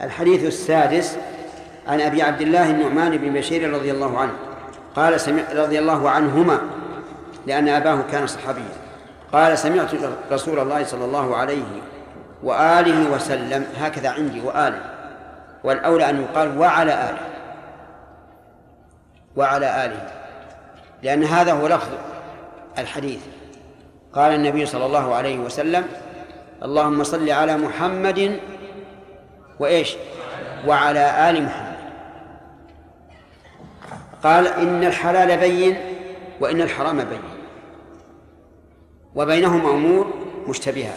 الحديث السادس عن أبي عبد الله النعمان بن بشير رضي الله عنه قال رضي الله عنهما لأن أباه كان صحابيا قال سمعت رسول الله صلى الله عليه وآله وسلم، هكذا عندي وآله، والأولى أن يقال وعلى آله لأن هذا هو لفظ الحديث. قال النبي صلى الله عليه وسلم اللهم صل على محمد وعلى آل محمد. قال إن الحلال بين وإن الحرام بين وبينهما أمور مشتبهات.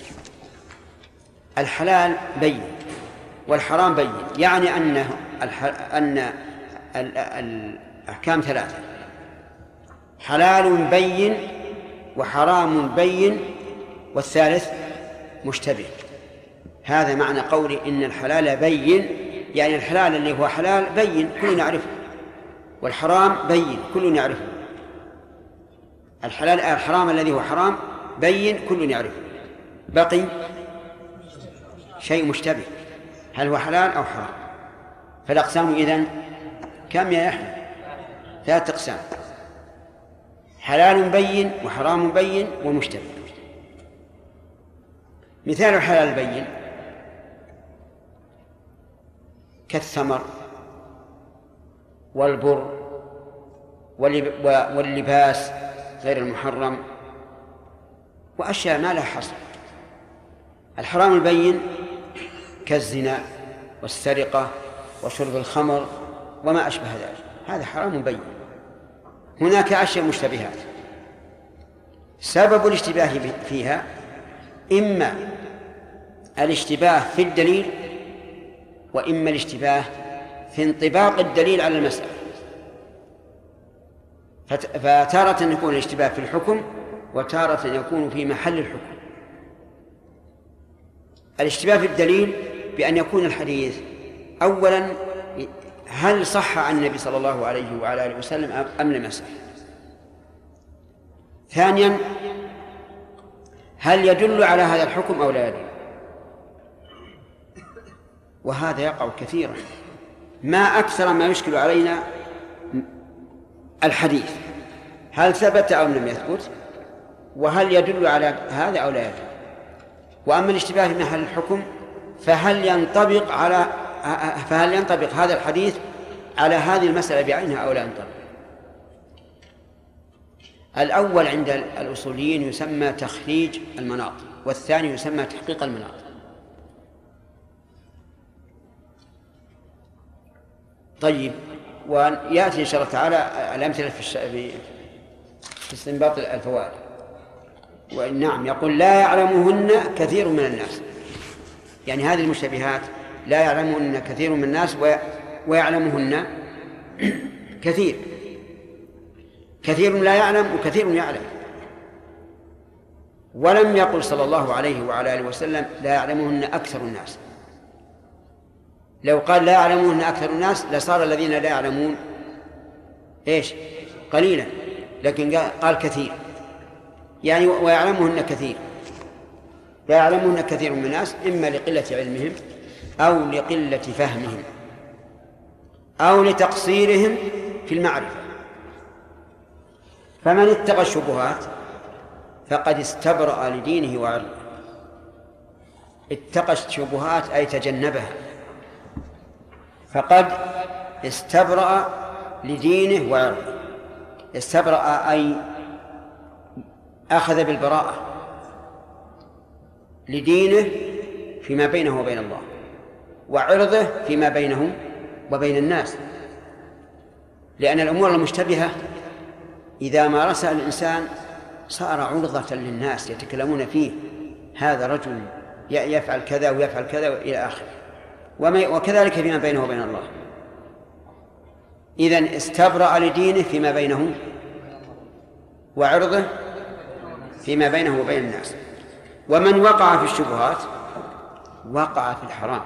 الحلال بين والحرام بين، يعني أن الأحكام ثلاثة: حلال بين وحرام بين والثالث مشتبه. هذا معنى قولي إن الحلال بين، يعني الحلال اللي هو حلال بين كلنا نعرفه، والحرام بين كلنا يعرفه. الحرام الذي هو حرام بين كلنا يعرفه، بقي شيء مشتبه، هل هو حلال أو حرام؟ فالأقسام إذن كم يا يحيى؟ 3 أقسام: حلال بين وحرام بين ومشتبه. مثال الحلال البين كالثمر والبر واللباس غير المحرم وأشياء ما لها حصر. الحرام البين كالزنا والسرقة وشرب الخمر وما أشبه ذلك، هذا حرام بين. هناك أشياء مشتبهات سبب الاشتباه فيها إما الاشتباه في الدليل وإما الاشتباه في انطباق الدليل على المسألة. فتارة يكون الاشتباه في الحكم وتارة يكون في محل الحكم. الاشتباه في الدليل بأن يكون الحديث أولا هل صح عن النبي صلى الله عليه وعلى آله وسلم أم لم يصح؟ ثانيا هل يدل على هذا الحكم أو لا يدل؟ وهذا يقع كثيرا، ما أكثر ما يشكل علينا الحديث هل ثبت أو لم يثبت، وهل يدل على هذا أو لا يدل. وأما الاشتباه في محل الحكم فهل ينطبق هذا الحديث على هذه المسألة بعينها أو لا ينطبق. الأول عند الأصوليين يسمى تخريج المناط، والثاني يسمى تحقيق المناط. طيب، ويأتي إن شاء الله تعالى الأمثلة في استنباط الفوائد. ونعم، يقول لا يعلمهن كثير من الناس، يعني هذه المشتبهات لا يعلمهن كثير من الناس ويعلمهن كثير لا يعلم وكثير يعلم. ولم يقل صلى الله عليه وعلى آله وسلم لا يعلمهن أكثر الناس. لو قال لا يعلمهن أكثر الناس لصار الذين لا يعلمون قليلا، لكن قال كثير، يعني ويعلمهن كثير. لا يعلمهن كثير من الناس إما لقلة علمهم أو لقلة فهمهم أو لتقصيرهم في المعرفة. فمن اتقى الشبهات فقد استبرأ لدينه وعرضه. اتقى الشبهات أي تجنبها، فقد استبرأ لدينه وعرضه. استبرأ أي أخذ بالبراءة لدينه فيما بينه وبين الله، وعرضه فيما بينه وبين الناس. لأن الأمور المشتبهة إذا مارسها الإنسان صار عرضة للناس يتكلمون فيه، هذا رجل يفعل كذا ويفعل كذا إلى آخره، وكذلك فيما بينه وبين الله. إذن استبرأ لدينه فيما بينه وعرضه فيما بينه وبين الناس. ومن وقع في الشبهات وقع في الحرام.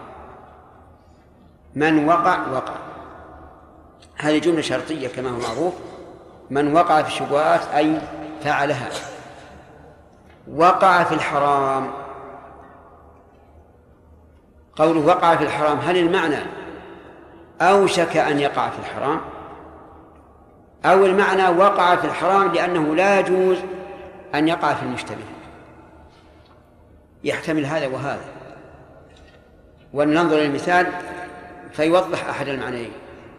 من وقع هذه جملة شرطية كما هو معروف. من وقع في الشبهات أي فعلها، وقع في الحرام. قوله وقع في الحرام، هل المعنى أوشك أن يقع في الحرام، أو المعنى وقع في الحرام لأنه لا يجوز أن يقع في المشتبه؟ يحتمل هذا وهذا، وننظر للمثال فيوضح أحد المعنيين.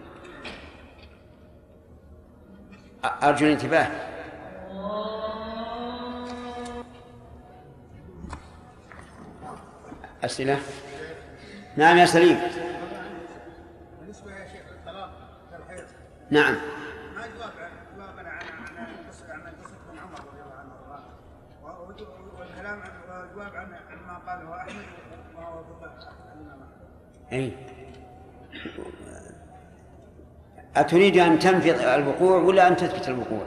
أرجو الانتباه. أسئلة؟ نعم يا سليم. بالنسبة يا شيخ للطلاق في الحيض، نعم. ما جوابنا عن قصة ابن عمر رضي الله عنه، والكلام والجواب عن ما قاله أحمد وهو ضد أي أتريد أن تنفي الوقوع ولا أن تثبت الوقوع؟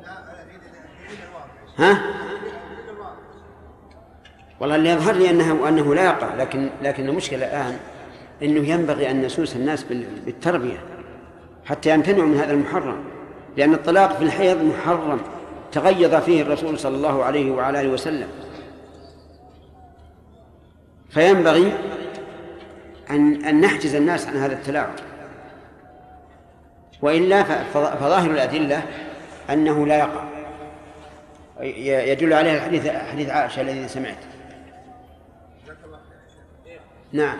ها؟ والله اللي يظهر لي أنه لا يقع، لكن المشكلة الآن أنه ينبغي أن نسوس الناس بالتربية حتى يمتنعوا من هذا المحرم، لأن الطلاق في الحيض محرم تغيظ فيه الرسول صلى الله عليه وعلى آله وسلم، فينبغي أن نحجز الناس عن هذا التلاعب، وإلا فظاهر الأدلة أنه لا يقع. يدل عليه الحديث، حديث عائشة الذي سمعت. نعم.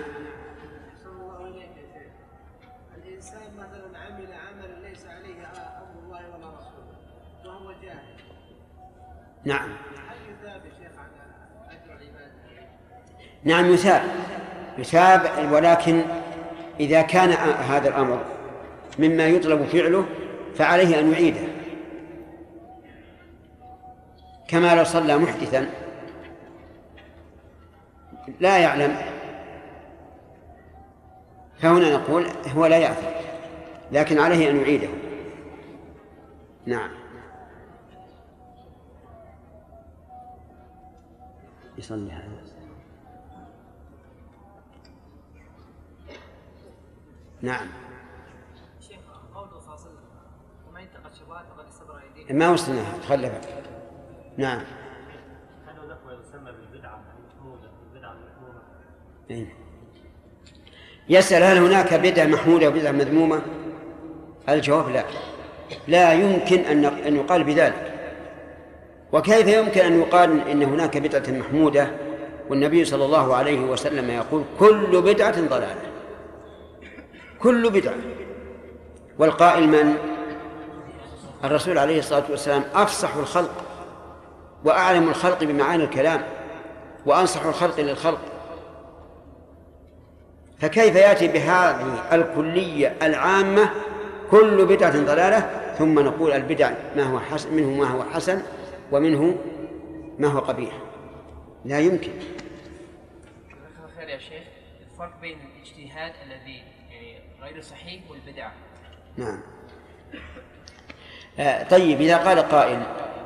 الإنسان مثلا عمل عملا ليس عليه أمر الله ولا رسوله وهو جاهل. نعم. هل يثاب يا شيخ على أجر العباد؟ نعم يثاب، ولكن إذا كان هذا الأمر مما يطلب فعله فعليه أن يعيده، كما لو صلى محدثا لا يعلم، فهنا نقول هو لا يأثم، لكن عليه أن يعيده. نعم. يصلي هذا. نعم. شيخ قوله صلى الله عليه وسلم وما ينتقد شبهات فقد استبرأ يديه، ما وصلنا تخلفت. نعم. هل هناك ما يسمى بالبدعة المحمودة والبدعة المذمومة؟ إيه؟ يسأل هل هناك بدعة محمودة وبدعة مذمومة؟ الجواب لا، لا يمكن أن يقال بذلك. وكيف يمكن أن يقال إن هناك بدعة محمودة والنبي صلى الله عليه وسلم يقول كل بدعة ضلالة، كل بدعة؟ والقائل من؟ الرسول عليه الصلاة والسلام، أفصح الخلق وأعلم الخلق بمعاني الكلام وأنصح الخلق للخلق، فكيف يأتي بهذه الكلية العامة كل بدعة ضلالة ثم نقول البدع ما هو حسن، منه ما هو حسن ومنه ما هو قبيح؟ لا يمكن. خير يا شيخ، الفرق بين الاجتهاد الذي يعني غير صحيح والبدعة. نعم. طيب، إذا قال قائل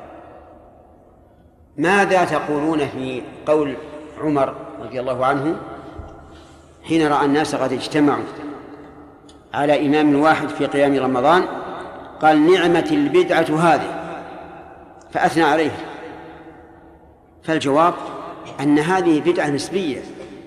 ماذا تقولون في قول عمر رضي الله عنه حين رأى الناس قد اجتمعوا على إمام واحد في قيام رمضان، قال نعمة البدعة هذه، فأثنى عليه؟ فالجواب أن هذه بدعة نسبية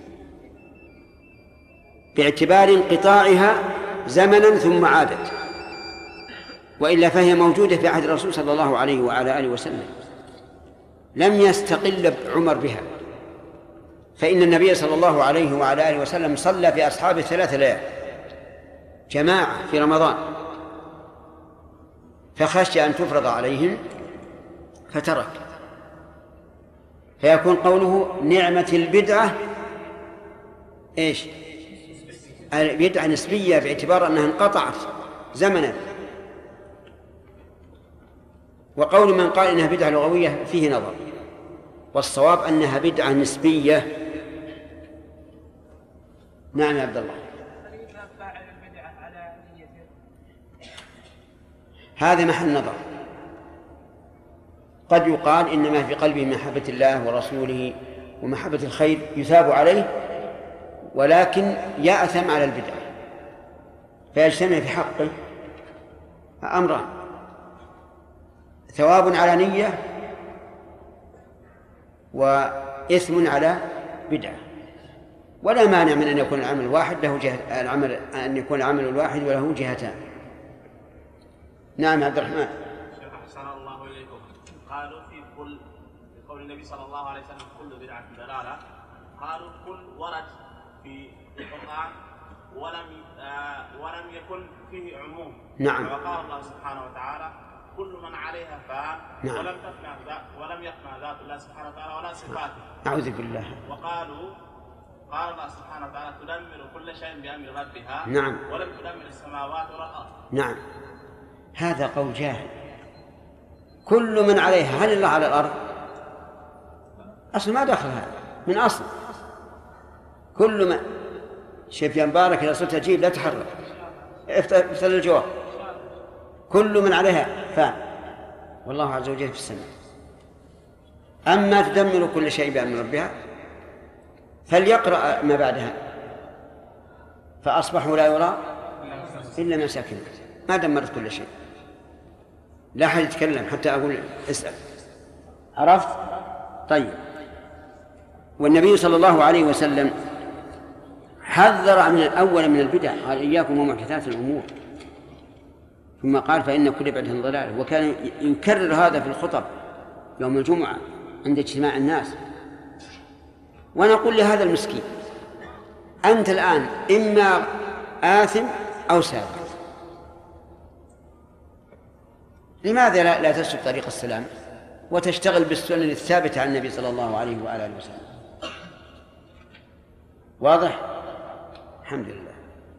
باعتبار انقطاعها زمنا ثم عادت، وإلا فهي موجودة في عهد الرسول صلى الله عليه وعلى آله وسلم، لم يستقل عمر بها، فإن النبي صلى الله عليه وعلى آله وسلم صلى في أصحابه 3 ليال جماعة في رمضان، فخشي أن تفرض عليهم فترك، فيكون قوله نعمة البدعة إيش؟ البدعة نسبية باعتبار أنها انقطعت زمنا، وقول من قال إنها بدعة لغوية فيه نظر، والصواب أنها بدعة نسبية. نعم يا عبد الله. هذا محل نظر، قد يقال إنما في قلبه محبة الله ورسوله ومحبة الخير يثاب عليه، ولكن يأثم على البدعة، فيجتمع في حقه أمران: ثواب على نية وإثم على بدعة، ولا مانع من أن يكون العمل واحد له جهة، العمل أن يكون العمل الواحد وله جهتان. نعم عبد الرحمن. شيخ أحسن الله إليكم. قالوا في قول النبي صلى الله عليه وسلم كل بدعة ضلالة، قالوا كل ورد في القرآن ولم يكن فيه عموم. نعم. وقال الله سبحانه وتعالى كل من عليها فان. نعم. ولم يفنى ذات الله سبحانه وتعالى ولا صفاته. أعوذ بالله. وقالوا قال الله سبحانه وتعالى تدمر كل شيء بأمر ربها. نعم. ولم تدمر السماوات ولا الأرض. نعم، هذا قول جاهل. كل من عليها، هل الله على الأرض؟ أصل ما دخلها من أصل. كل من شوف يا مبارك إذا صرت أجيب لا تحرك، افتح الجواب. كل من عليها فان، والله عز وجل في السماء. أما تدمر كل شيء بأمر ربها فليقرأ ما بعدها فأصبحوا لا يرى إلا مساكنهم. ما دمرت كل شيء، لا أحد يتكلم حتى أقول اسأل. عرفت؟ طيب. والنبي صلى الله عليه وسلم حذر من الأول من البدع، قال إياكم ومحدثات الأمور، ثم قال فإن كل بدعة ضلالة. وكان يكرر هذا في الخطب يوم الجمعة عند اجتماع الناس. ونقول لهذا المسكين أنت الآن إما آثم أو سابق، لماذا لا تسلك طريق السلام وتشتغل بالسنن الثابتة عن النبي صلى الله عليه وآله وسلم؟ واضح؟ الحمد لله.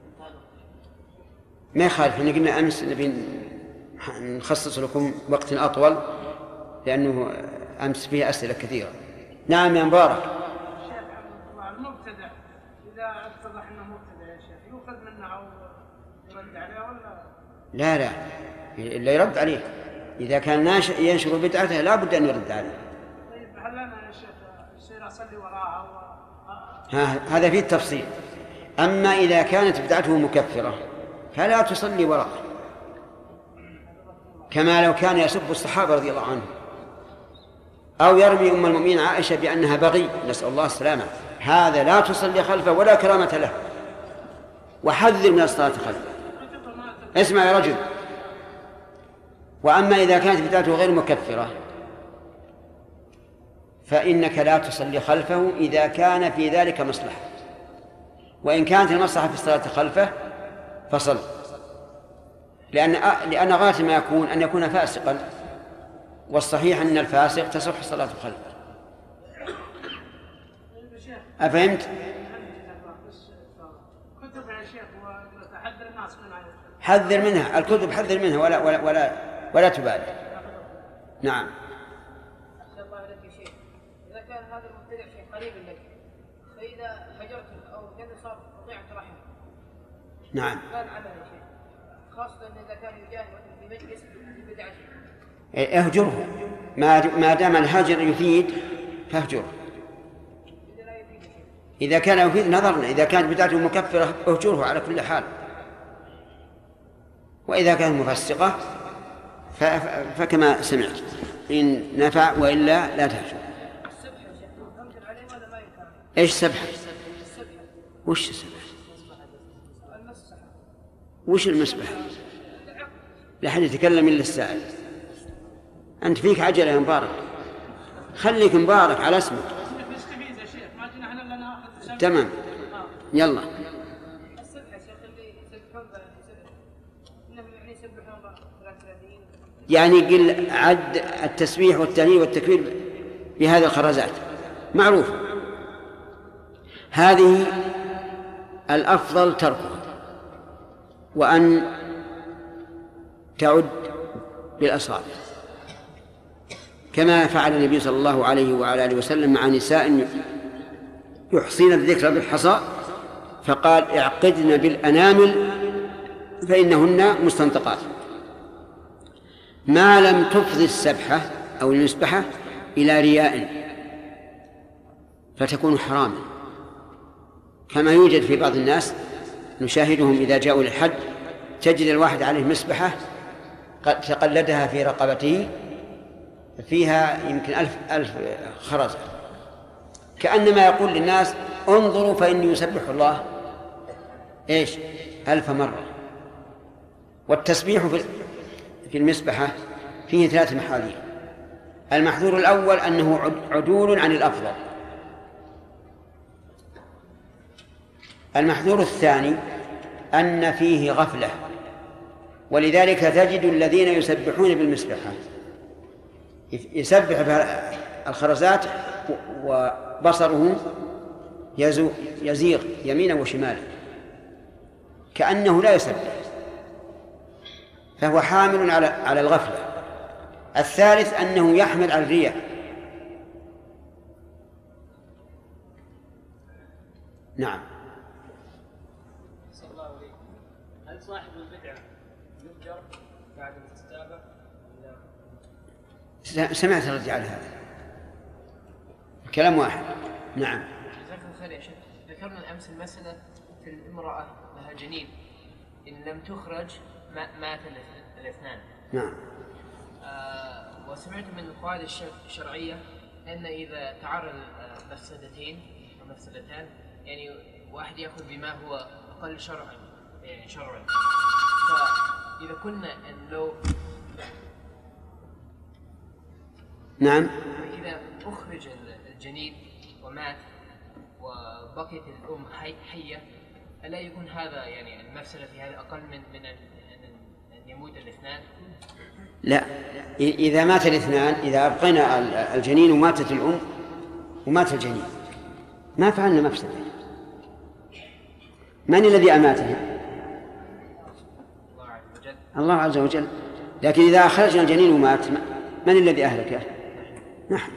ما يخالف، احنا قلنا أمس نبي نخصص لكم وقت أطول لأنه أمس فيه أسئلة كثيرة. نعم يا مبارك. الشيخ المبتدع إذا اتضح أنه مبتدع يا شيخ يؤخذ منه أو يرد عليه ولا؟ لا إلا يرد عليه. إذا كان ينشر بدعته لا بد أن يرد عليه. طيب هل أنا يا شيخ يصير أصلي وراءه هذا فيه التفصيل. أما إذا كانت بدعته مكفرة فلا تصلي وراءه، كما لو كان يسب الصحابة رضي الله عنهم أو يرمي أم المؤمنين عائشة بأنها بغي، نسأل الله السلامة، هذا لا تصلي خلفه ولا كرامة له، وحذر من الصلاة خلفه. اسمع يا رجل. وأما إذا كانت بدعته غير مكفرة فإنك لا تصلي خلفه إذا كان في ذلك مصلحة، وإن كانت المصلحة في الصلاة خلفه فصل، لأن غاية ما يكون أن يكون فاسقا، والصحيح أن الفاسق تصح الصلاة خلفه. أفهمت؟ كتب يا شيخ وتحذر الناس منها. حذر منها، الكتب حذر منها ولا تبالي. نعم. الله لك يا شيخ، إذا كان هذا المبتدع شيء قريب لك فإذا هجرته أو كذا صار قطيعة رحم. نعم. كان عمل يا شيخ، خاصة إذا كان يجاهد في مجلس بدعة. اهجره ما دام الهجر يفيد فاهجره. إذا كان يفيد نظرنا، إذا كانت بدعته مكفرة اهجره على كل حال، وإذا كانت مفسقة فكما سمعت إن نفع وإلا لا تهجر. إيش سبحة؟ وش السبحة؟ وش المسبحة؟ لا أحد يتكلم إلا السائل. أنت فيك عجلة يا مبارك، خليك مبارك على اسمك. تمام يلا. يعني قل عد التسبيح والتهليل والتكبير بهذه الخرزات معروف. هذه الأفضل تركها وأن تعد بالأصابع كما فعل النبي صلى الله عليه وعلى آله وسلم مع نساء يحصين الذكر بالحصى، فقال اعقدن بالأنامل فإنهن مستنطقات، ما لم تفضي السبحة أو المسبحة إلى رياء فتكون حراما، كما يوجد في بعض الناس نشاهدهم إذا جاءوا للحج تجد الواحد عليه مسبحة قد تقلدها في رقبته فيها يمكن 1000 خرزة، كأنما يقول للناس انظروا فإني يسبح الله إيش 1000 مرة. والتسبيح في المسبحة فيه 3 محاذير. المحذور الأول أنه عدول عن الأفضل. المحذور الثاني أن فيه غفلة، ولذلك تجد الذين يسبحون بالمسبحة يسبح الخرزات وبصره يزيغ يمينا وشمالا كأنه لا يسبح، فهو حامل على الغفلة. الثالث أنه يحمل على الرياء. نعم. صلى الله عليه. هل صاحب البدعة يؤجر بعد الاستتابة؟ سمعت الرد على هذا كلام واحد. نعم. جزاك الله خير يا شيخ. ذكرنا الأمس المسألة في الامرأة لها جنين إن لم تخرج مات الاثنان. نعم. وسمعت من القواعد الشرعية أن إذا تعارض مفسدتين أو مفسدتان يعني واحد يأخذ بما هو أقل شرعا يعني شرعا، فإذا كنا أن لو نعم إذا أخرج الجنين ومات وبقيت الأم حية ألا يكون هذا يعني المفسدة في هذا أقل من أن يموت الاثنان؟ لا، إذا مات الاثنان، إذا أبقينا الجنين وماتت الأم ومات الجنين ما فعلنا مفسدة. من الذي أماته؟ الله عز وجل. لكن إذا أخرجنا الجنين ومات من الذي أهلكه؟ نحن.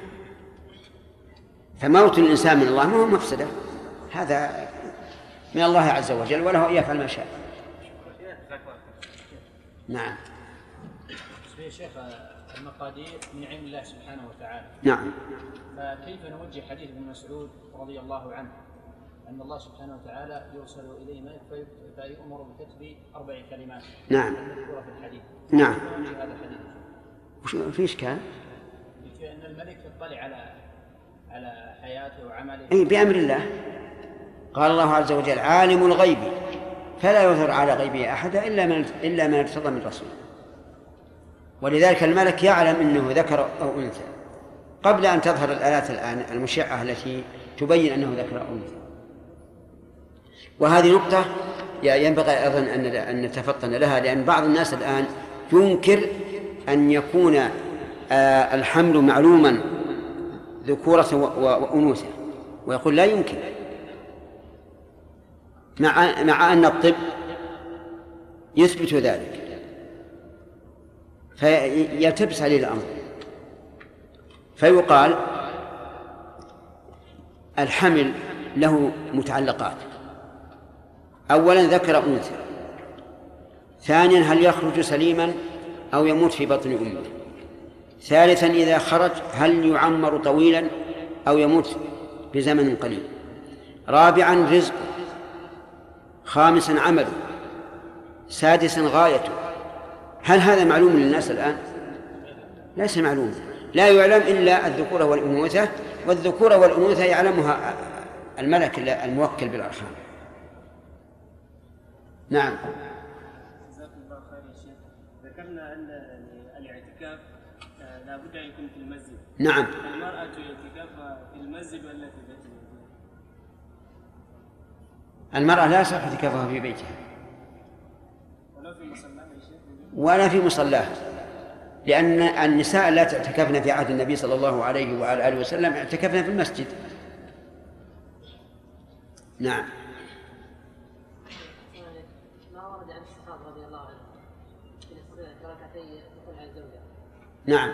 فموت الإنسان من الله ما هو مفسدة، هذا من الله عز وجل وله يفعل ما شاء. نعم. يا شيخ المقادير من علم الله سبحانه وتعالى. نعم. فكيف نوجه حديث ابن مسعود رضي الله عنه أن الله سبحانه وتعالى يرسل إليه ملك فيؤمر بكتب 4 كلمات. نعم. المذكورة في الحديث. نعم. هذا الحديث. في إشكال؟ في أن الملك يطلع على حياته وعمله. أي بأمر الله. قال الله عز وجل: عالم الغيب فلا يظهر على غيبه أحدا إلا من ارتضى من رسول. ولذلك الملك يعلم أنه ذكر أو أنثى قبل أن تظهر الآلات الآن المشعة التي تبين أنه ذكر أو أنثى. وهذه نقطة ينبغي أيضا أن نتفطن لها، لأن بعض الناس الآن ينكر أن يكون الحمل معلوما ذكورة وأنوثة، ويقول لا يمكن، مع أن الطب يثبت ذلك، فيلتبس عليه الأمر. فيقال الحمل له متعلقات: أولا ذكر أنثى، ثانيا هل يخرج سليما أو يموت في بطن أمه، ثالثا إذا خرج هل يعمر طويلا أو يموت بزمن قليل، رابعا رزقه، خامسا عمله، سادسا غايته. هل هذا معلوم للناس الآن؟ ليس معلوم، لا يعلم إلا الذكورة والأنوثة، والذكورة والأنوثة يعلمها الملك الموكل بالأرحام. نعم. جزاكم الله خير يا شيخ. ذكرنا أن الاعتكاف لا بد أن يكون في المسجد. نعم. المرأة اعتكاف في المسجد ولا في بيتها؟ المرأة لا يصح اعتكافها في بيتها ولا في مصلاها يا شيخ؟ ولا في مصلاها، لأن النساء لا اعتكفن في عهد النبي صلى الله عليه وعلى آله وسلم، اعتكفن في المسجد. نعم. ما ورد عن الصحابة رضي الله عنهم في ركعتي دخول على الزوجة. نعم.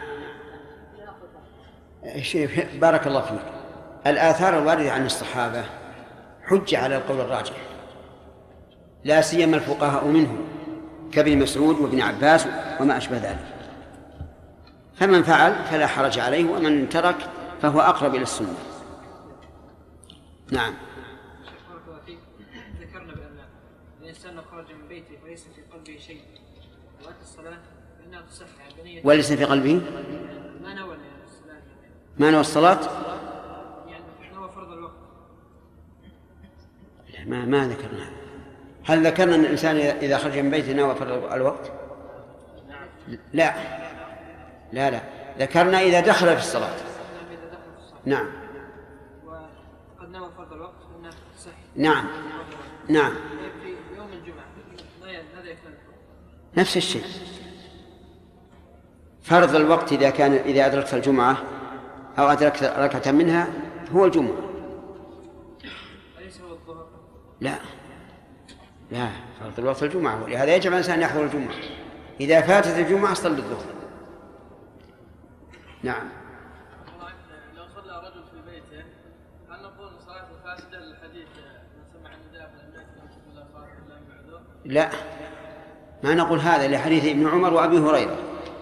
بارك الله فيك. الآثار الواردة عن الصحابة حجة على القول الراجح، لا سيما الفقهاء منهم كابن مسعود وابن عباس وما أشبه ذلك. فمن فعل فلا حرج عليه، ومن ترك فهو أقرب إلى السنة. نعم. ذكرنا بأن الإنسان خرج من بيته وليس في قلبه شيء وأتى الصلاة فإنها تصح بنية. وليس في قلبه ما نوى الصلاة. ما نوى الصلاة، يعني نوى فرض الوقت. ما ذكرنا. هل ذكرنا أن الإنسان إذا خرج من بيته نوى فرض الوقت؟ لا لا لا، ذكرنا إذا دخل في الصلاة. نعم. وقد نوى فرض الوقت فإنها صحيح. نعم نعم. في يوم الجمعة ماذا يفعل؟ نفس الشيء. فرض الوقت إذا أدركت الجمعة أو أدركت ركعة منها هو الجمعة. أليس هو الظهر؟ لا لا، فرض الوقت الجمعة، ولهذا يجب الإنسان أن يحضر الجمعة. إذا فاتت الجمعة صلى الظهر. نعم. لو صلى رجل في بيته هل نقول صلاته فاسدة للحديث من سمع النداء فلم يأتي المسجد ولا صلاة إلا بمعذور؟ لا، ما نقول هذا لحديث ابن عمر وأبي هريرة: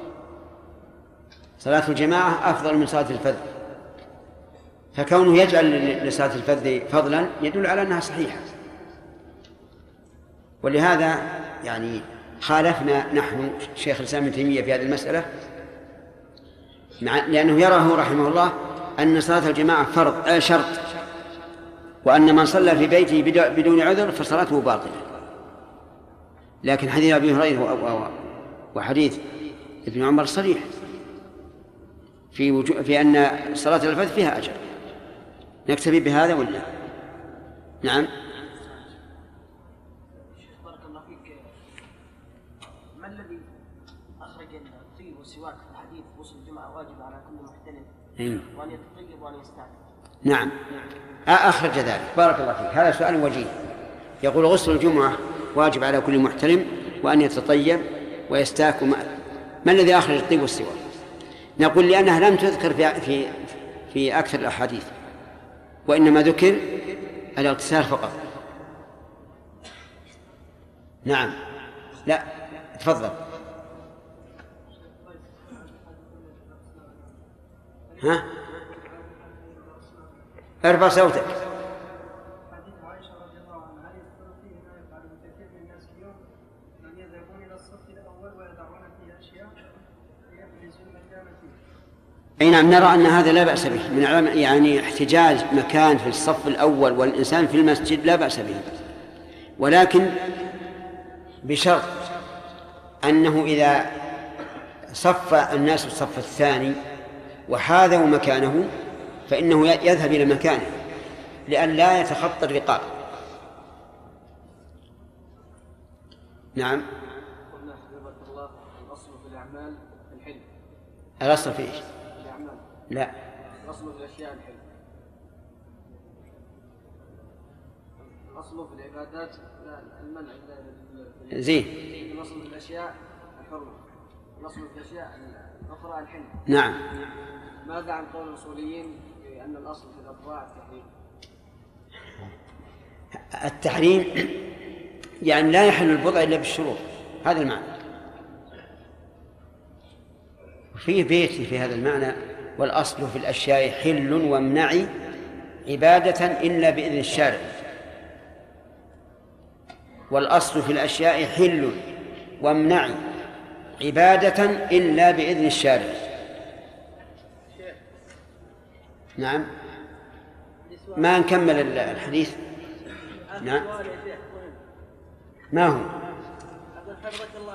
صلاة الجماعة أفضل من صلاة الفذ. فكونه يجعل لصلاة الفذ فضلا يدل على أنها صحيحة. ولهذا يعني خالفنا نحن شيخ الإسلام ابن تيمية في هذه المسألة، لأنه يراه رحمه الله أن صلاة الجماعة فرض شرط، وأن من صلى في بيته بدون عذر فصلاته باطلة. لكن حديث أبي هريرة وحديث ابن عمر صريح في أن صلاة الفذ فيها أجر. نكتفي بهذا ولا؟ نعم. بارك الله فيك. ما الذي أخرج الطيب والسواك في الحديث غسل الجمعة واجب على كل محتلم وأن يتطيب وأن يستعمل؟ نعم أخرج ذلك. بارك الله فيك، هذا سؤال وجيه. يقول غسل الجمعة واجب على كل محتلم وأن يتطيب ويستاك. ما الذي أخرج الطيب والسواك؟ نقول لأنها لم تذكر في أكثر الأحاديث، وإنما ذكر الاغتسال فقط. نعم. لا تفضل. ها ارفع صوتك. حديث عائشة رضي الله عنها هل يدخل فيه ما يفعل كثير من الناس اليوم من يذهبون إلى الصف الأول ويضعون فيه أشياء ليحجزوا المكان فيه؟ أي نعم، نرى أن هذا لا بأس به، من يعني احتجاز مكان في الصف الأول والإنسان في المسجد لا بأس به، ولكن بشرط أنه إذا صف الناس الصف الثاني وحاذوا مكانه فإنه يذهب إلى مكانه لأن لا يتخطى الرقاب. نعم. قلنا حفظك الله الأصل في الأعمال الحلم. الأصل في إيش؟ الأعمال. لا، الأصل في الأشياء الحلم. الأصل في العبادات المنع. زين. الأصل في الأشياء الحرمة. الأصل في الأشياء الأخرى الحلم. نعم. ماذا عن قول الأصوليين بأن الأصل في الأضراع التحريم؟ التحريم يعني لا يحل البضع إلا بالشروط، هذا المعنى. في بيتي في هذا المعنى: والأصل في الأشياء حل وامنع عبادة إلا بإذن الشارع. والأصل في الأشياء حل وامنع عبادة إلا بإذن الشارع. نعم. ما نكمل الحديث. نعم. ما هو؟ أقول حفظك الله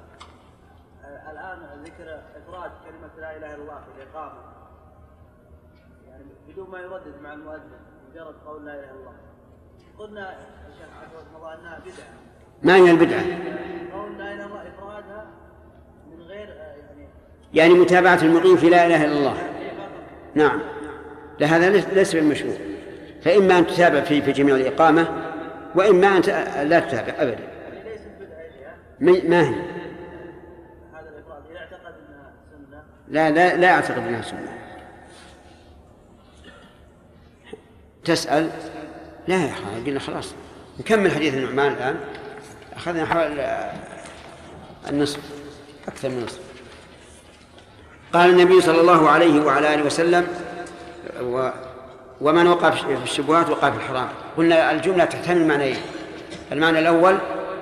الآن ذكر إفراد كلمة لا إله إلا الله في الإقامة، يعني بدون ما يردد مع المؤذن، مجرد قول لا إله إلا الله. قلنا الشيخ حفظك الله أنها بدعة. ما هي البدعة؟ قول لا إله إلا الله إفرادها من غير يعني متابعة المقيم في لا إله إلا الله. نعم، لهذا ليس بالمشروع. فإما أن تتابع في جميع الإقامة، وإما أن لا تتابع أبدا. ما هي؟ هذا الإفراد يعتقد أنها سنة؟ لا أعتقد أنها سنة. تسأل؟ لا يا أخي، قلنا خلاص نكمل حديث النعمان الآن. أخذنا حوالي النصف، أكثر من نصف. قال النبي صلى الله عليه وعلى آله وسلم: ومن وقع في الشبهات وقع في الحرام. قلنا الجملة تحتمل معنيين: المعنى الأول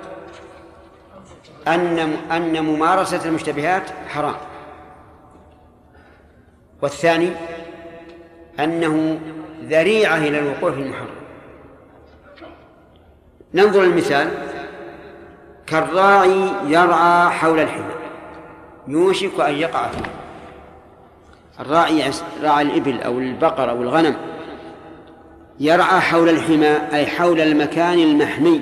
أن ممارسة المشتبهات حرام، والثاني أنه ذريعة إلى الوقوع في المحرم. ننظر المثال كالراعي يرعى حول الحمى يوشك أن يقع فيه. الراعي راعي الإبل أو البقر أو الغنم يرعى حول الحمى أي حول المكان المحمي،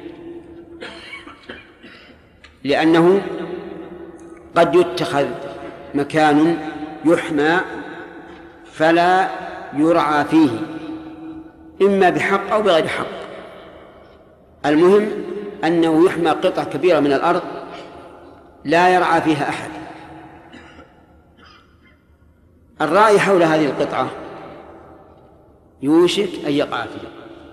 لأنه قد يتخذ مكان يحمى فلا يرعى فيه إما بحق أو بغير حق. المهم أنه يحمى قطعة كبيرة من الأرض لا يرعى فيها أحد. الراعي حول هذه القطعة يوشك أن يقع فيه،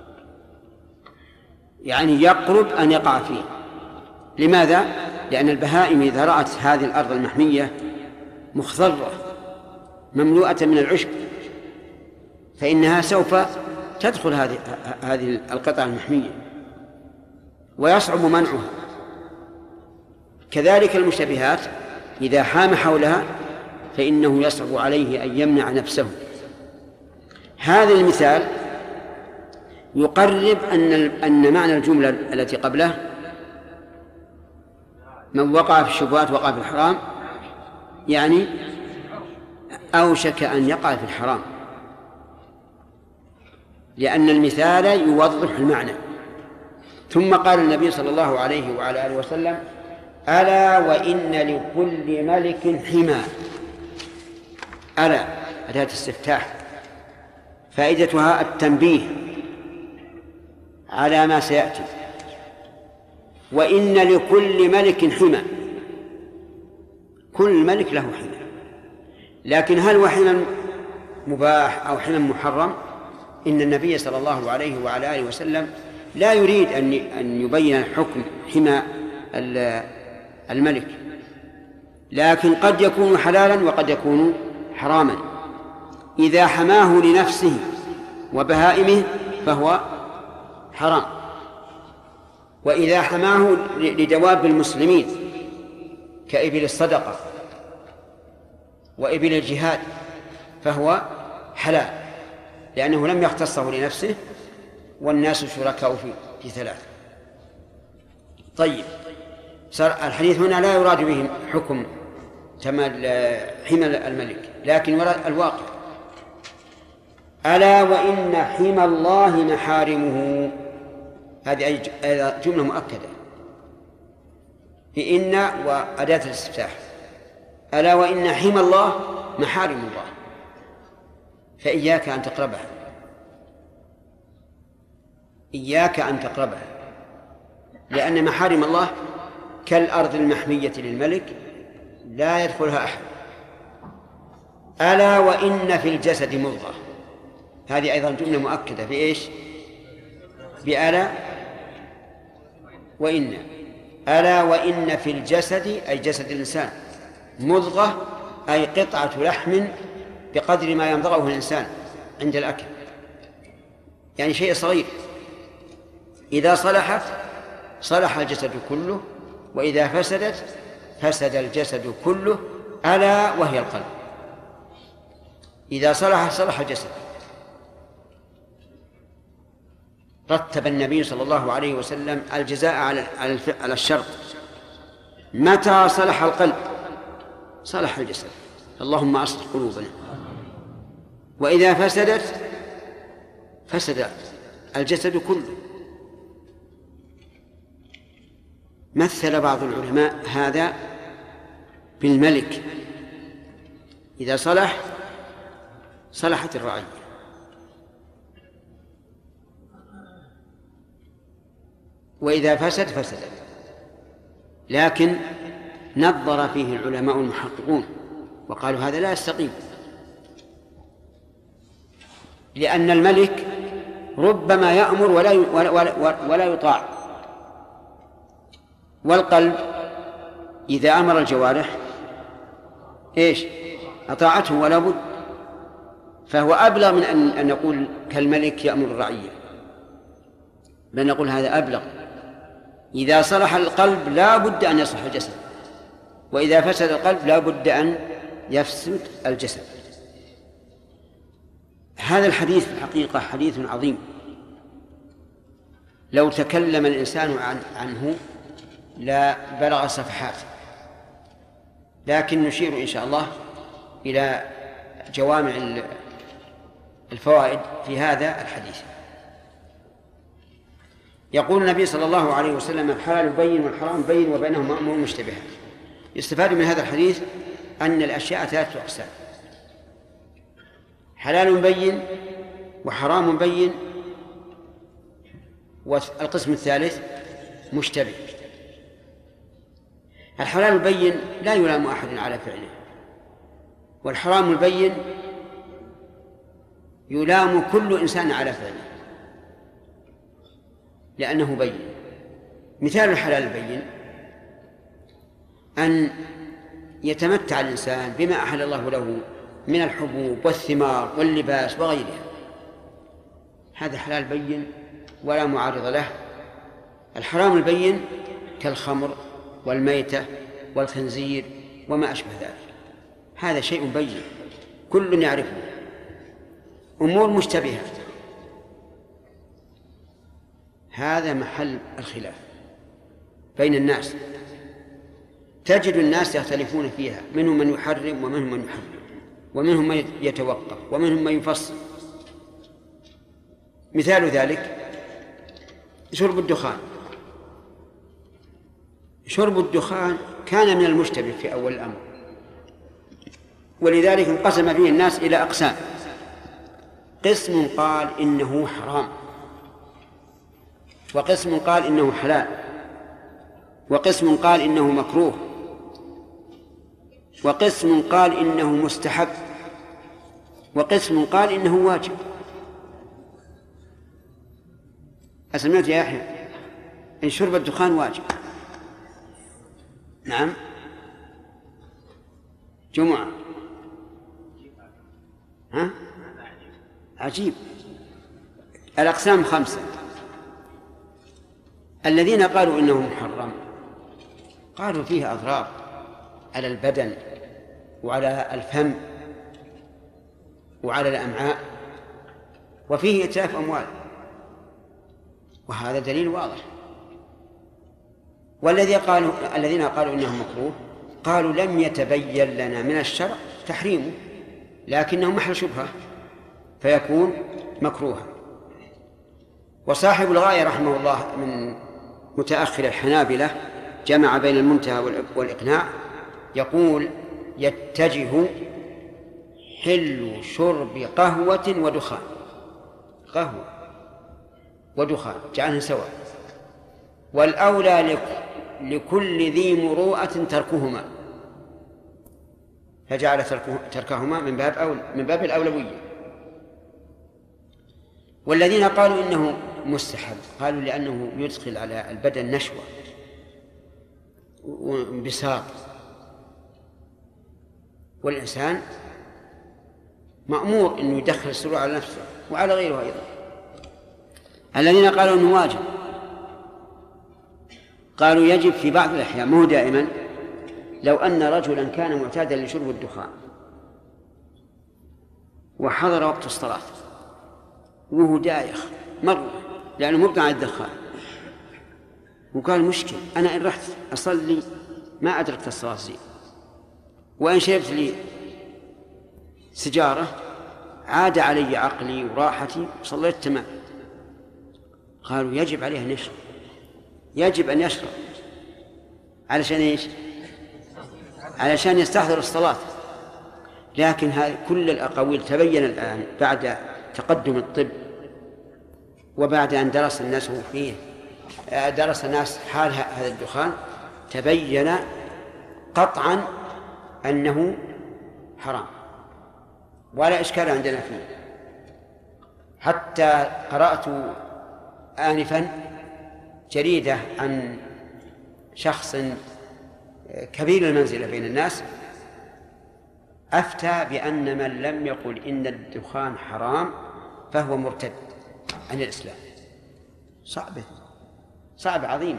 يعني يقرب أن يقع فيه. لماذا؟ لأن البهائم إذا رأت هذه الأرض المحمية مخضرة مملوءة من العشب فإنها سوف تدخل هذه القطعة المحمية ويصعب منعها. كذلك المشتبهات إذا حام حولها فإنه يصعب عليه أن يمنع نفسه. هذا المثال يقرب أن معنى الجملة التي قبله من وقع في الشبهات وقع في الحرام، يعني أوشك أن يقع في الحرام، لأن المثال يوضح المعنى. ثم قال النبي صلى الله عليه وعلى آله وسلم: ألا وإن لكل ملك حمى. ألا أداة استفتاح فائدتها التنبيه على ما سيأتي. وإن لكل ملك حمى، كل ملك له حمى، لكن هل هو حمى مباح أو حمى محرم؟ إن النبي صلى الله عليه وعلى آله وسلم لا يريد أن يبين حكم حمى الملك، لكن قد يكون حلالا وقد يكون حراما. إذا حماه لنفسه وبهائمه فهو حرام، وإذا حماه لدواب المسلمين كإبل الصدقة وإبل الجهاد فهو حلال، لأنه لم يختصه لنفسه والناس شركاء في ثلاث. طيب، الحديث هنا لا يراد به حكم حمى الملك، لكن يراد الواقع. ألا وإن حمى الله محارمه، هذه جملة مؤكدة بإن وأداة الاستفتاح. ألا وإن حمى الله محارم الله، فإياك أن تقربها، إياك أن تقربها، لأن محارم الله كالأرض المحمية للملك لا يدخلها أحد. ألا وإن في الجسد مضغة، هذه أيضا جملة مؤكدة بإيش؟ بألا وإن. ألا وإن في الجسد أي جسد الإنسان مضغة أي قطعة لحم بقدر ما يمضغه الإنسان عند الأكل، يعني شيء صغير، إذا صلحت صلح الجسد كله، وإذا فسدت فسد الجسد كله، ألا وهي القلب. إذا صلح صلح الجسد. رتب النبي صلى الله عليه وسلم الجزاء على الشرط. متى صلح القلب صلح الجسد، اللهم أصلح قلوبنا. وإذا فسدت فسد الجسد كله. مثل بعض العلماء هذا بالملك، إذا صلح صلحت الرعية، وإذا فسد فسدت. لكن نظر فيه العلماء المحققون وقالوا هذا لا يستقيم، لأن الملك ربما يأمر ولا يطاع، والقلب إذا أمر الجوارح إيش؟ أطاعته ولا بد. فهو أبلغ من أن نقول كالملك يأمر الرعية، بل نقول هذا أبلغ. إذا صلح القلب لا بد أن يصلح الجسد، وإذا فسد القلب لا بد أن يفسد الجسد. هذا الحديث في الحقيقة حديث عظيم، لو تكلم الإنسان عنه لا بلغ صفحات، لكن نشير إن شاء الله إلى جوامع الفوائد في هذا الحديث. يقول النبي صلى الله عليه وسلم: الحلال بين والحرام بين وبينهما أمور مشتبهة. يستفاد من هذا الحديث أن الأشياء 3 أقسام: حلال بين وحرام بين، والقسم الثالث مشتبه. الحلال البين لا يلام أحد على فعله، والحرام البين يلام كل إنسان على فعله لأنه بين. مثال الحلال البين أن يتمتع الإنسان بما أحل الله له من الحبوب والثمار واللباس وغيرها، هذا حلال بين ولا معارض له. الحرام البين كالخمر والميتة والخنزير وما أشبه ذلك، هذا شيء بين كل يعرفه. أمور مشتبهة هذا محل الخلاف بين الناس، تجد الناس يختلفون فيها، منهم من يحرم ومنهم من يحرم، ومنهم من يتوقف ومنهم من يفصل. مثال ذلك شرب الدخان. شرب الدخان كان من المشتبه في أول الأمر، ولذلك انقسم فيه الناس إلى أقسام: قسم قال إنه حرام، وقسم قال إنه حلال، وقسم قال إنه مكروه، وقسم قال إنه مستحب، وقسم قال إنه واجب. أسمعت يا يحيى إن شرب الدخان واجب؟ نعم. جمعة. ها؟ عجيب. الأقسام 5. الذين قالوا إنه محرم قالوا فيه أضرار على البدن وعلى الفم وعلى الأمعاء، وفيه إتلاف أموال، وهذا دليل واضح. الذين قالوا إنه مكروه قالوا لم يتبين لنا من الشرع تحريمه، لكنه محل شبهة فيكون مكروها. وصاحب الغاية رحمه الله من متأخر الحنابلة جمع بين المنتهى والإقناع، يقول: يتجه حل شرب قهوة ودخان. قهوة ودخان جعلها سواء، والأولى لكل ذي مروءة تركهما، فجعل تركهما من باب الأولوية. والذين قالوا إنه مستحب قالوا لأنه يدخل على البدن نشوة وانبساط، والإنسان مأمور أنه يدخل السرور على نفسه وعلى غيره أيضا. الذين قالوا أنه واجب قالوا يجب في بعض الأحيان، مو دائما. لو أن رجلا كان معتادا لشرب الدخان وحضر وقت الصلاة وهو دايخ مرة لأنه مبقى على الدخان، وقال: مشكل، أنا إن رحت أصلي ما أدركت الصلاة زين، وإن شربت لي سجارة عاد علي عقلي وراحتي وصليت تمام. قالوا يجب عليه أن يشرب، يجب أن يشرب. علشان إيش؟ علشان يستحضر الصلاة. لكن هذه كل الأقاويل تبين الآن بعد تقدم الطب وبعد أن درس الناس فيه، درس الناس حال هذا الدخان، تبين قطعا أنه حرام ولا إشكال عندنا فيه. حتى قرأت آنفا جريدة عن شخص كبير المنزلة بين الناس أفتى بأن من لم يقل إن الدخان حرام فهو مرتد عن الإسلام. صعب عظيم.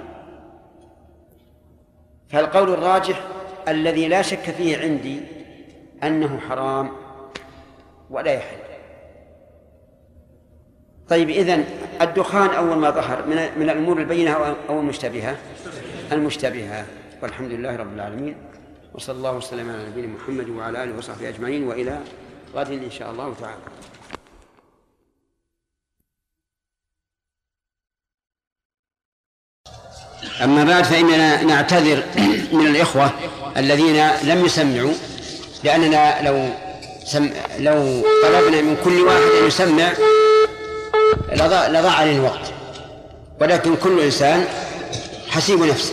فالقول الراجح الذي لا شك فيه عندي أنه حرام ولا يحل. طيب إذن الدخان أول ما ظهر من الأمور البينة أو المشتبهة؟ المشتبهة. والحمد لله رب العالمين، وصلى الله وسلم على نبينا محمد وعلى آله وصحبه أجمعين، وإلى غد إن شاء الله تعالى. أما بعد، فإننا نعتذر من الإخوة الذين لم يسمعوا، لأننا لو طلبنا من كل واحد أن يسمع لضاع عليه الوقت، ولكن كل إنسان حسيب نفسه.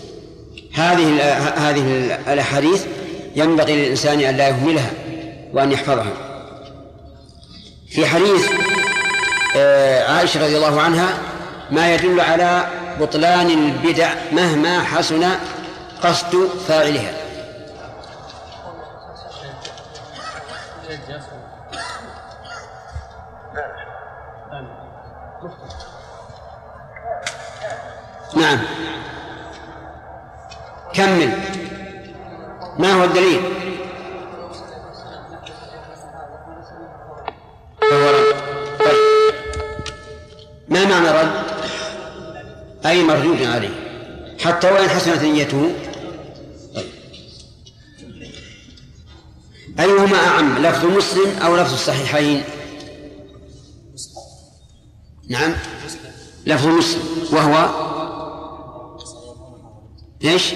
هذه الأحاديث ينبغي للإنسان أن لا يهملها وأن يحفظها. في حديث عائشة رضي الله عنها ما يدل على بطلان البدع مهما حسن قصد فاعلها. نعم، كمل. ما هو الدليل؟ فهو رد. طيب، ما معنى رد؟ أي مردود عليه حتى وإن حسنت نيته. طيب، أيهما أعم، لفظ مسلم أو لفظ الصحيحين؟ نعم، لفظ مسلم، وهو ايش؟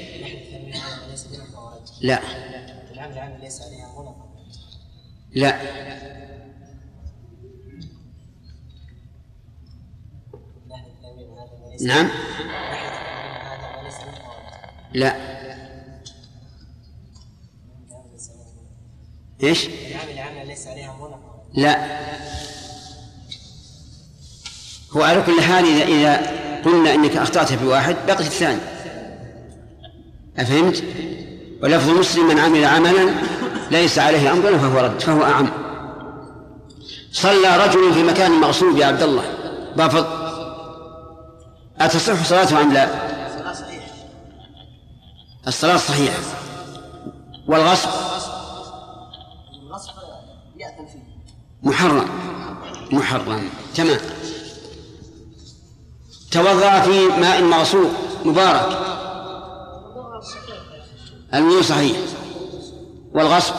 لا لا نعم لا ايش؟ لا. هو على كل حال إذا قلنا إنك أخطأت بواحد بقيت الثاني، أفهمت؟ ولفظ مسلم من عمل عملا ليس عليه أمرنا فهو رد، فهو أعم. صلى رجل في مكان مغصوب يا عبد الله بافض، أتصح صلاته أم لا؟ الصلاة صحيحة. والغصب محرم تمام. توضأ في ماء مغصوب مبارك، الوضوء صحيح. والغصب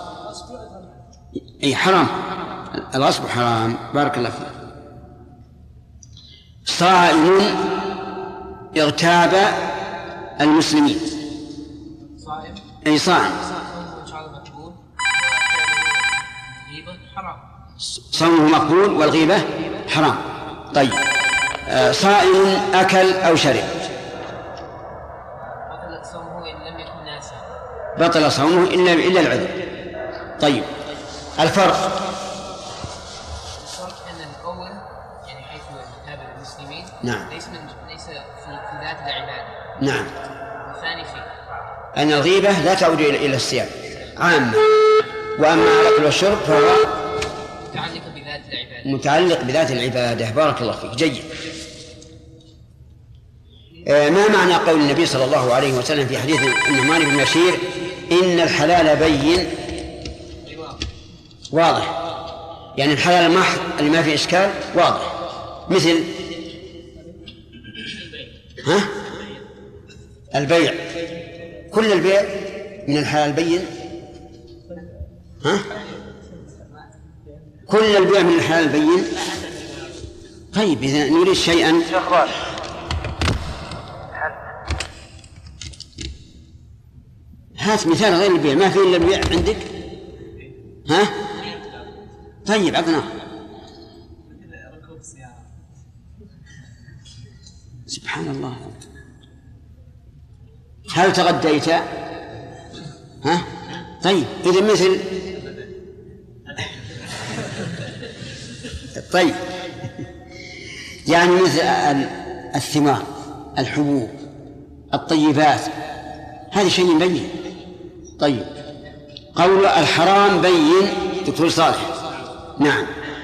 أي حرام، الغصب حرام. بارك الله فيك. صائم اغتاب المسلمين، أي صائم صومه مقبول والغيبة حرام. طيب، صائم أكل أو شرب بطل صومه إلا العذر. طيب، الفرق أن الأول يعني حيث يتابع المسلمين نعم ليس في ذات العبادة. نعم. والثاني فيه أن الغيبة لا تعود إلى الصيام عامة، وأما الأكل والشرب فهو متعلق بذات العبادة. بارك الله فيك، جيد. ما معنى قول النبي صلى الله عليه وسلم في حديث النعمان بن بشير إن الحلال بين واضح؟ يعني الحلال المحض اللي ما فيه إشكال واضح، مثل البيع، كل البيع من الحلال بين. كل البيع من الحلال بين. طيب، إذا نريد شيئا هات مثال غير البيع، ما فيه إلا البيع عندك. طيب، عطنا. سبحان الله. هل تغديت؟ طيب، إذا مثل طيب، يعني مثل الثمار، الحبوب، الطيبات، هذا شيء بين. طيب، قول الحرام بين دكتور صالح. نعم،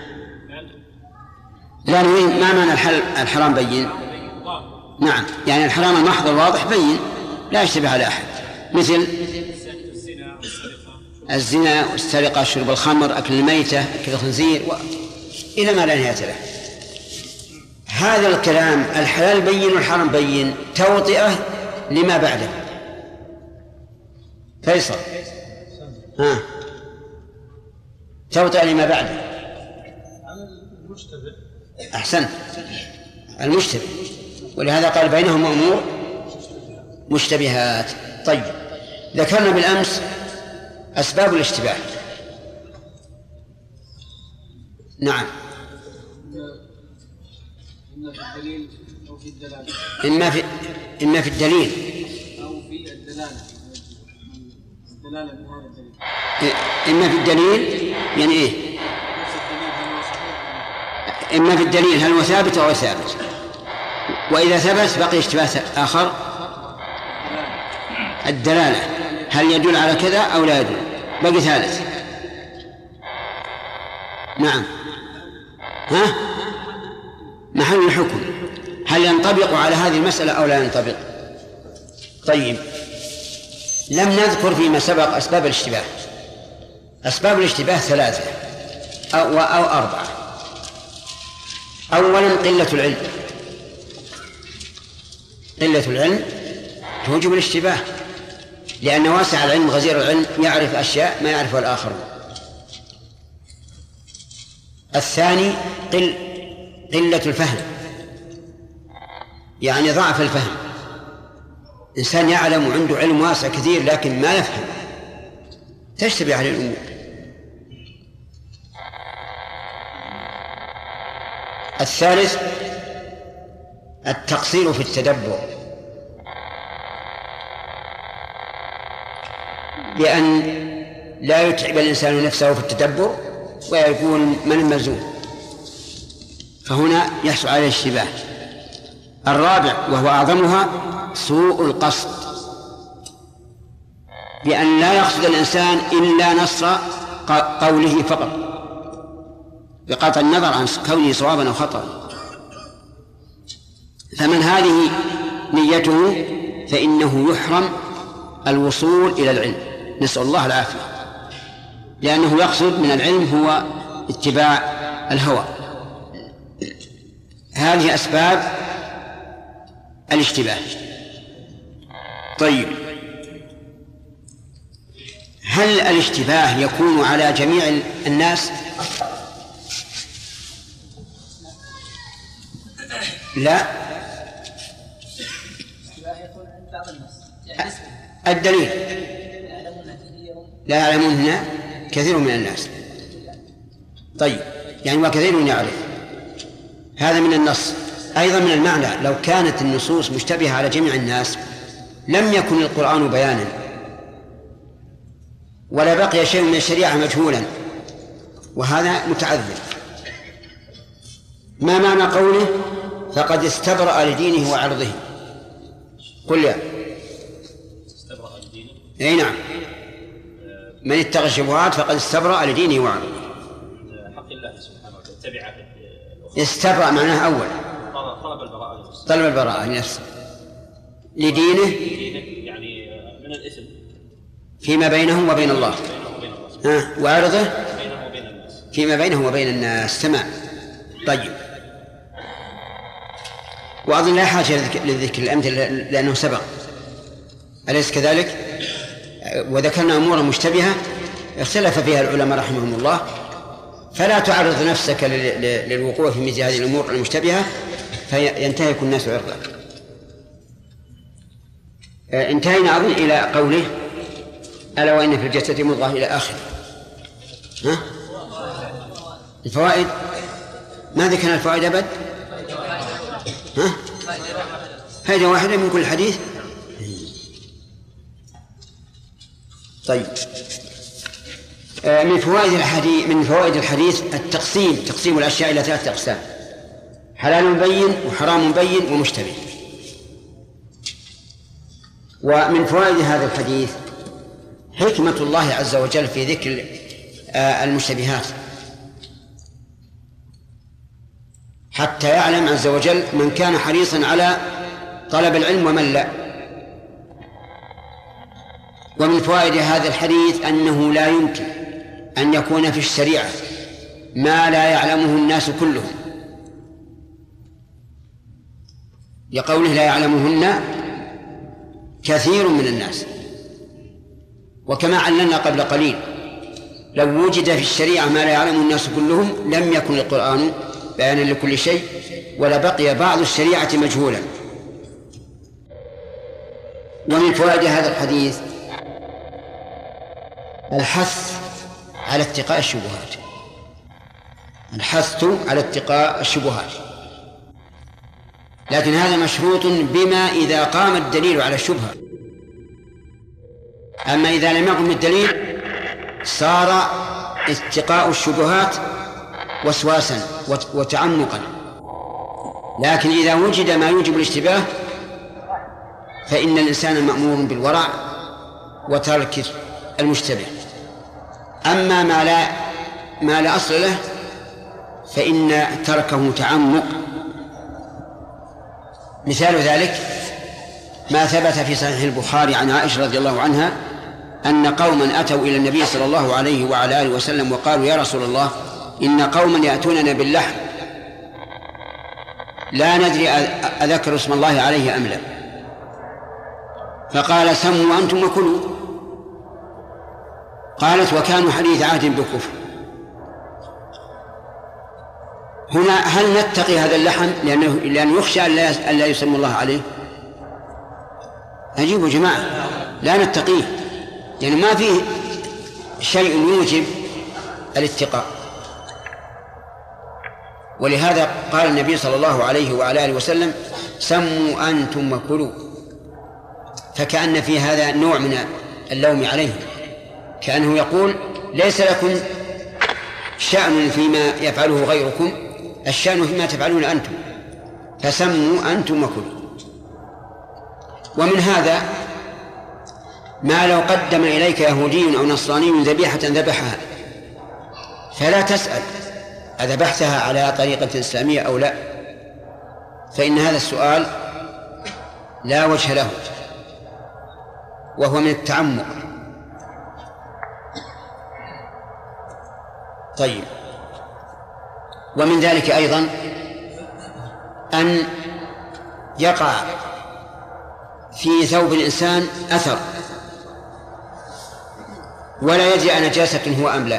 لا نريد ما معنى الحرام بين. نعم، يعني الحرام المحض الواضح بين لا يشتبه على أحد، مثل الزنا والسرقة، شرب الخمر، أكل الميتة، أكل الخنزير إلى ما لا نهاية له. هذا الكلام الحلال بين والحرام بين توطئة لما بعده. فيصل توطئة لما بعده. أحسنت، المشتبه، ولهذا قال بينهم أمور مشتبهات. طيب، ذكرنا بالأمس أسباب الاشتباه. نعم، إما في الدليل أو في الدلالة. إما في الدليل أو في الدلالة. الدلالة بهذا الدليل. إما في الدليل يعني إيه؟ إما في الدليل هل هو ثابت أو ثابت، وإذا ثبت بقي اشتباه آخر، الدلالة هل يدل على كذا أو لا يدل، بقي ثالث. نعم، محل الحكم هل ينطبق على هذه المسألة أو لا ينطبق. طيب، لم نذكر فيما سبق أسباب الاشتباه. أسباب الاشتباه 3 أو 4. أولا قلة العلم. قلة العلم توجب الاشتباه، لأن واسع العلم غزير العلم يعرف أشياء ما يعرفها الآخرون. الثاني قلة الفهم، يعني ضعف الفهم. إنسان يعلم وعنده علم واسع كثير لكن ما يفهم، تشتبه عليه الأمور. الثالث التقصير في التدبر، بأن لا يتعب الإنسان نفسه في التدبر ويكون من الملزوم، فهنا يحصل عليه الاشتباه. الرابع وهو أعظمها سوء القصد، بأن لا يقصد الإنسان إلا نصر قوله فقط، بقطع النظر عن كونه صوابا أو خطأ. فمن هذه نيته فإنه يحرم الوصول إلى العلم، نسأل الله العافية، لأنه يقصد من العلم هو اتباع الهوى. هذه أسباب الاشتباه. طيب، هل الاشتباه يكون على جميع الناس؟ لا، الدليل لا يعلمونها كثير من الناس. طيب، يعني وكثير يعرف، هذا من النص. أيضا من المعنى، لو كانت النصوص مشتبهة على جميع الناس لم يكن القرآن بيانا، ولا بقي شيء من الشريعة مجهولا، وهذا متعذر. ما معنى قوله فقد استبرأ لدينه وعرضه؟ قل يا استبرأ لدينه. أي نعم، من اتقى الشبهات فقد استبرأ لدينه وعرضه. حق الله سبحانه وتعالى. استبرأ معناه أول طلب البراءة لنفسه، لدينه يعني من الإثم فيما بينه وبين الله، وعرضه بينه وبين الناس، فيما بينه وبين الناس. تمام. طيب، وأظن لا حاجة للذكر الأمثلة لأنه سبق، أليس كذلك؟ وذكرنا أمورا مشتبهة اختلف فيها العلماء رحمهم الله، فلا تعرض نفسك للوقوع في مثل هذه الأمور المشتبهة فينتهك الناس عرضك. انتهينا أظن إلى قوله ألا وإن في الجسد مضغة إلى آخر. الفوائد ما ذكرنا الفوائد أبد. فائدة واحدة من كل حديث. طيب، من فوائد الحديث تقسيم الأشياء إلى 3 أقسام: حلال بين وحرام بين ومشتبه. ومن فوائد هذا الحديث حكمة الله عز وجل في ذكر المشتبهات، حتى يعلم عز وجل من كان حريصا على طلب العلم ومن لا. ومن فوائد هذا الحديث أنه لا يمكن أن يكون في الشريعة ما لا يعلمه الناس كلهم، لقوله لا يعلمهن كثير من الناس. وكما علمنا قبل قليل لو وجد في الشريعة ما لا يعلمه الناس كلهم لم يكن القرآن بيانا لكل شيء، ولبقي بعض الشريعة مجهولا. ومن فوائد هذا الحديث الحث على اتقاء الشبهات، الحث على اتقاء الشبهات، لكن هذا مشروط بما إذا قام الدليل على الشبهة. أما إذا لم يقم الدليل صار اتقاء الشبهات وسواسا وتعمقا. لكن إذا وجد ما يوجب الاشتباه فإن الإنسان مأمور بالورع وترك المشتبه. أما ما لا أصل له فإن تركه تعمق. مثال ذلك ما ثبت في صحيح البخاري عن عائشة رضي الله عنها أن قوما أتوا إلى النبي صلى الله عليه وعلى آله وسلم وقالوا يا رسول الله إن قوما يأتوننا باللحم لا ندري أذكر اسم الله عليه أم لا، فقال سموا أنتم وكلوا. قالت وكانوا حديث عهد بالكفر. هنا هل نتقي هذا اللحم لأنه يخشى أن لا يسمى الله عليه؟ أجيبوا جماعة لا نتقيه، يعني ما فيه شيء يوجب الاتقاء. ولهذا قال النبي صلى الله عليه وعلى آله وسلم سموا أنتم وكلوا، فكأن في هذا نوع من اللوم عليهم، كأنه يقول ليس لكم شأن فيما يفعله غيركم، الشأن فيما تفعلون أنتم، فسموا أنتم وكلوا. ومن هذا ما لو قدم إليك يهودي أو نصراني ذبيحة ذبحها فلا تسأل أذبحتها على طريقة إسلامية أو لا، فإن هذا السؤال لا وجه له وهو من التعمق. طيب، ومن ذلك أيضا أن يقع في ثوب الإنسان أثر ولا يدري أنجاسة هو أم لا،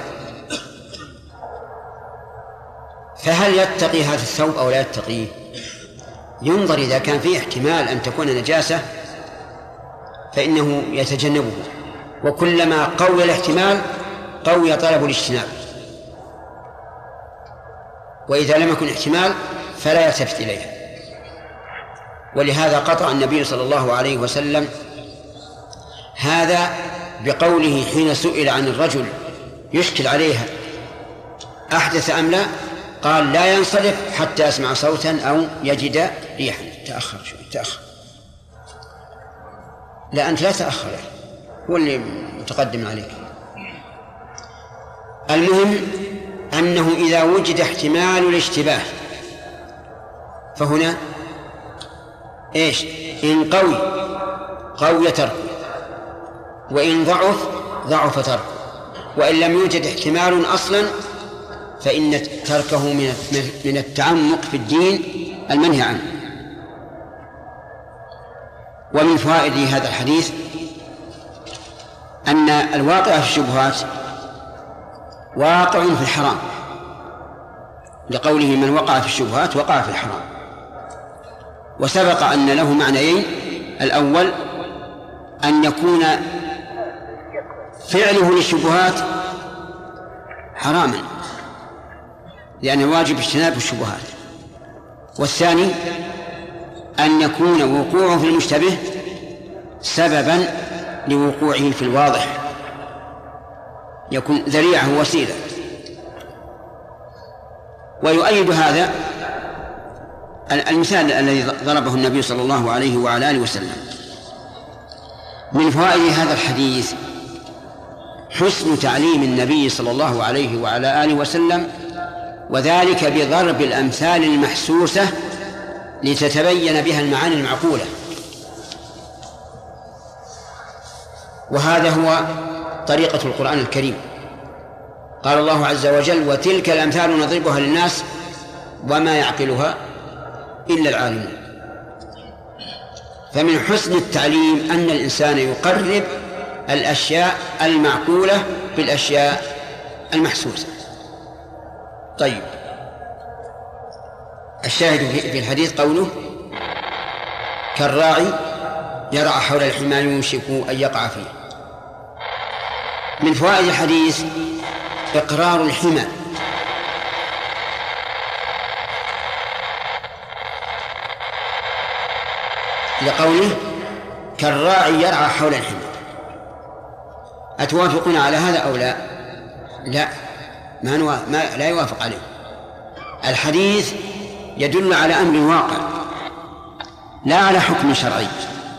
فهل يتقي هذا الثوب أو لا يتقيه؟ ينظر إذا كان فيه احتمال أن تكون نجاسة فإنه يتجنبه، وكلما قوي الاحتمال قوي طلب الاجتناب، وإذا لم يكن احتمال فلا يلتفت إليها. ولهذا قطع النبي صلى الله عليه وسلم هذا بقوله حين سئل عن الرجل يشكل عليها أحدث أم لا، قال لا ينصرف حتى يسمع صوتا أو يجد ريحا. تأخر شوي، تأخر. لا أنت لا تأخر، هو اللي متقدم عليك. المهم أنه إذا وجد احتمال الاشتباه فهنا إيش؟ إن قوي ترك، وإن ضعف ترك، وإن لم يوجد احتمال أصلا فإن تركه من التعمق في الدين المنهي عنه. ومن فوائد هذا الحديث أن الواقع في الشبهات واقع في الحرام، لقوله من وقع في الشبهات وقع في الحرام. وسبق أن له معنيين: الأول أن يكون فعله للشبهات حراما لأن واجب اجتناب الشبهات، والثاني أن يكون وقوعه في المشتبه سببا لوقوعه في الواضح، يكون ذريعة وسيلة. ويؤيد هذا المثال الذي ضربه النبي صلى الله عليه وعلى آله وسلم. من فوائد هذا الحديث حسن تعليم النبي صلى الله عليه وعلى آله وسلم، وذلك بضرب الأمثال المحسوسة لتتبين بها المعاني المعقولة. وهذا هو طريقة القرآن الكريم، قال الله عز وجل: وتلك الأمثال نضربها للناس وما يعقلها إلا العالمون. فمن حسن التعليم أن الإنسان يقرب الأشياء المعقولة بالأشياء المحسوسة. طيب، الشاهد في الحديث قوله: كالراعي يرعى حول الحمى يوشك أن يقع فيه. من فوائد الحديث إقرار الحمى، لقوله: كالراعي يرعى حول الحمى. أتوافقون على هذا أو لا؟ لا، لا يوافق عليه. الحديث يدل على أمر واقع لا على حكم شرعي،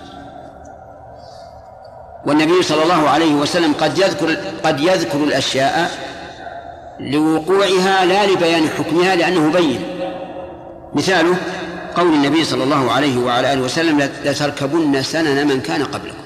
والنبي صلى الله عليه وسلم قد يذكر الأشياء لوقوعها لا لبيان حكمها لأنه بين. مثاله قول النبي صلى الله عليه وعلى آله وسلم: لتركبن سنن من كان قبلكم.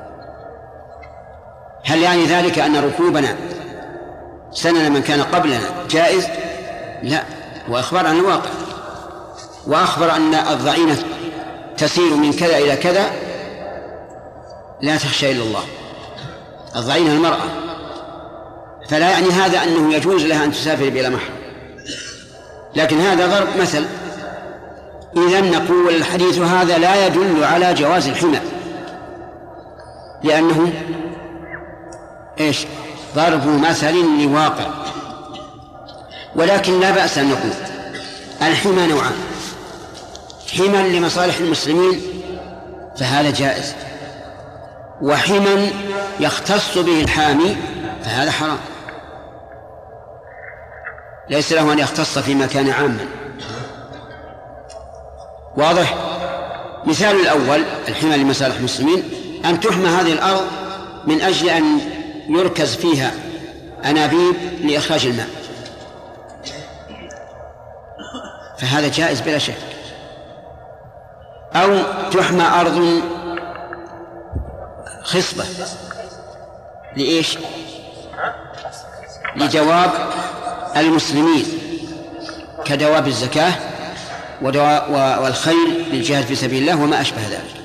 هل يعني ذلك أن ركوبنا سنن من كان قبلنا جائز؟ لا، وأخبر عن الواقع، وأخبر أن الضعينة تسير من كذا إلى كذا لا تخشى إلا الله، الضعينة المرأة، فلا يعني هذا أنه يجوز لها أن تسافر بلا محرم، لكن هذا ضرب مثل. إذن نقول الحديث هذا لا يدل على جواز الحمى، لأنه ضرب مثل لواقع. ولكن لا بأس أن نقول الحمى نوعان: حمى لمصالح المسلمين فهذا جائز، وحمى يختص به الحامي فهذا حرام، ليس له أن يختص في مكان عاما. واضح؟ مثال الأول الحمى لمصالح المسلمين أن تحمى هذه الأرض من أجل أن يركز فيها أنابيب لإخراج الماء، فهذا جائز بلا شك. أو تحمى أرض خصبة لإيش؟ لدواب المسلمين كدواب الزكاة والخيل للجهاد في سبيل الله وما أشبه ذلك.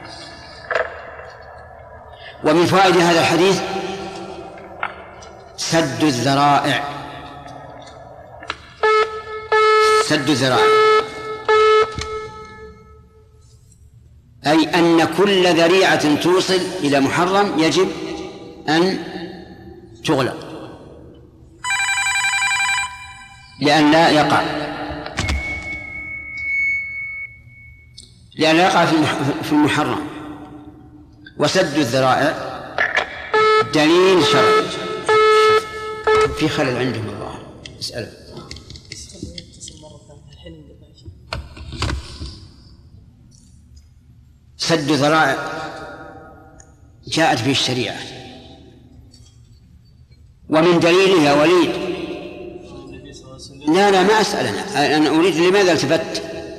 ومن فوائد هذا الحديث سد الذرائع. سد الذرائع أي أن كل ذريعة توصل إلى محرم يجب أن تغلق لأن لا يقع في المحرم. وسد الذرائع دليل شرعي. في خلل عندهم الله، اسأله. سد ذرائع جاءت في الشريعة، ومن دليله يا وليد. لا ما أسأل أنا أريد لماذا التفت.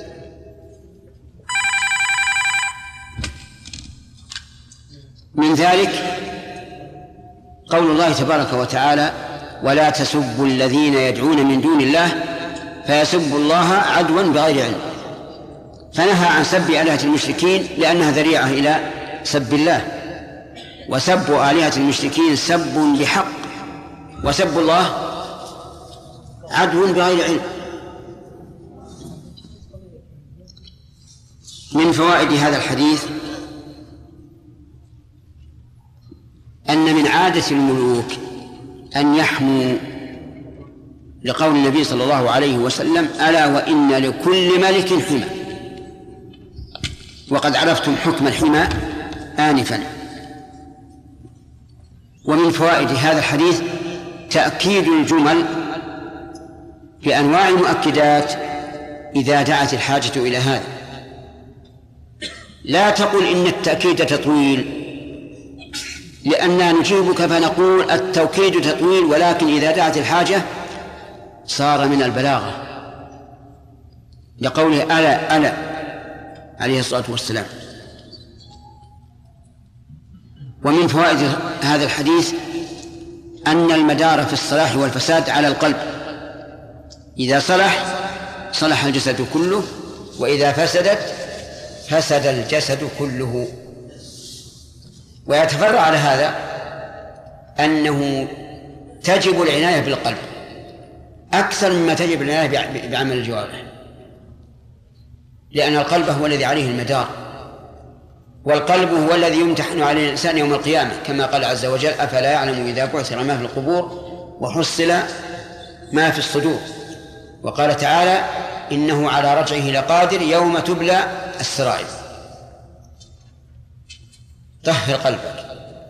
من ذلك قول الله تبارك وتعالى: ولا تسبوا الذين يدعون من دون الله فيسبوا الله عدوا بغير علم. فنهى عن سب آلهة المشركين لأنها ذريعة إلى سب الله، وسب آلهة المشركين سب بحق، وسب الله عدو بغير علم. من فوائد هذا الحديث أن من عادة الملوك أن يحموا لقول النبي صلى الله عليه وسلم: ألا وإن لكل ملك حمى. وقد عرفتم حكم الحمى آنفا. ومن فوائد هذا الحديث تأكيد الجمل بأنواع المؤكدات إذا دعت الحاجة إلى هذا. لا تقل إن التأكيد تطويل، لأننا نجيبك فنقول التوكيد تطويل، ولكن إذا دعت الحاجة صار من البلاغة، لقوله ألا عليه الصلاة والسلام. ومن فوائد هذا الحديث أن المدار في الصلاح والفساد على القلب، إذا صلح الجسد كله، وإذا فسد الجسد كله. ويتفرع على هذا أنه تجب العناية بالقلب أكثر مما تجب العناية بعمل الجوارح، لأن القلب هو الذي عليه المدار، والقلب هو الذي يمتحن عليه الإنسان يوم القيامة، كما قال عز وجل: أفلا يعلم إذا بعثر ما في القبور وحصل ما في الصدور. وقال تعالى: إنه على رجعه لقادر يوم تبلى السرائر. طهر قلبك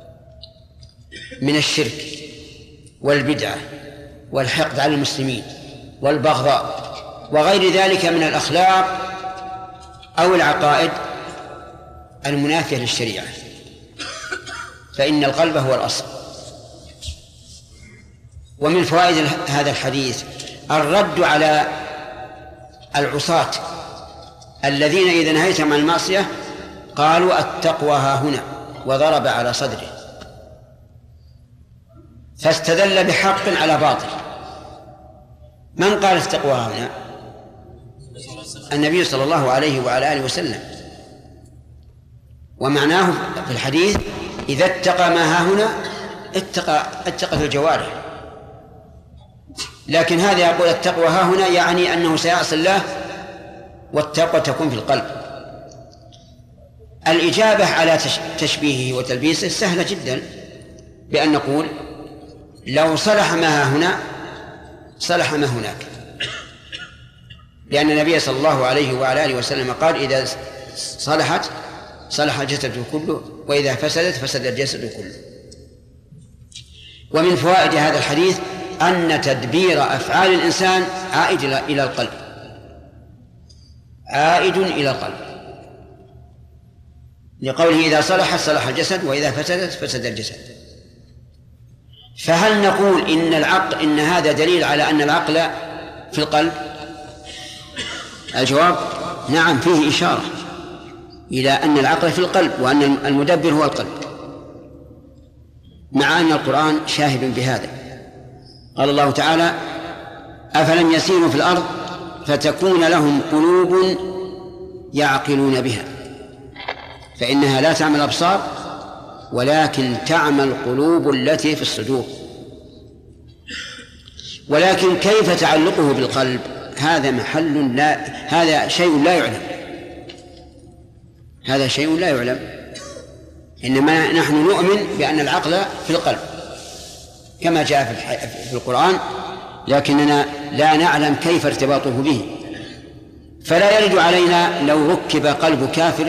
من الشرك والبدعة والحقد على المسلمين والبغضاء وغير ذلك من الأخلاق أو العقائد المنافية للشريعة، فإن القلب هو الأصل. ومن فوائد هذا الحديث الرد على العصاة الذين إذا نهيتهم عن المعصية قالوا: التقوى ها هنا، وضرب على صدره، فاستدل بحق على باطل. من قال التقوى ها هنا؟ النبي صلى الله عليه وعلى آله وسلم. ومعناه في الحديث: إذا اتقى ما ها هنا اتقى في الجوارح. لكن هذا يقول التقوى ها هنا يعني أنه سيعصي الله، والتقوى تكون في القلب. الإجابة على تشبيهه وتلبيسه سهلة جدا، بأن نقول: لو صلح ما ها هنا صلح ما هناك، لأن النبي صلى الله عليه وعلى آله وسلم قال: إذا صلحت صلح الجسد كله، وإذا فسدت فسد الجسد كله. ومن فوائد هذا الحديث أن تدبير أفعال الإنسان عائد إلى القلب، عائد إلى القلب، لقوله: إذا صلحت صلح الجسد، وإذا فسدت فسد الجسد. فهل نقول إن هذا دليل على أن العقل في القلب؟ الجواب: نعم، فيه إشارة إلى أن العقل في القلب، وأن المدبر هو القلب، مع أن القرآن شاهد بهذا. قال الله تعالى: أفلم يسيروا في الأرض فتكون لهم قلوب يعقلون بها، فإنها لا تعمى الأبصار ولكن تعمى القلوب التي في الصدور. ولكن كيف تعلقه بالقلب؟ هذا شيء لا يعلم، هذا شيء لا يعلم. إنما نحن نؤمن بأن العقل في القلب كما جاء في القرآن، لكننا لا نعلم كيف ارتباطه به. فلا يرد علينا لو ركب قلب كافر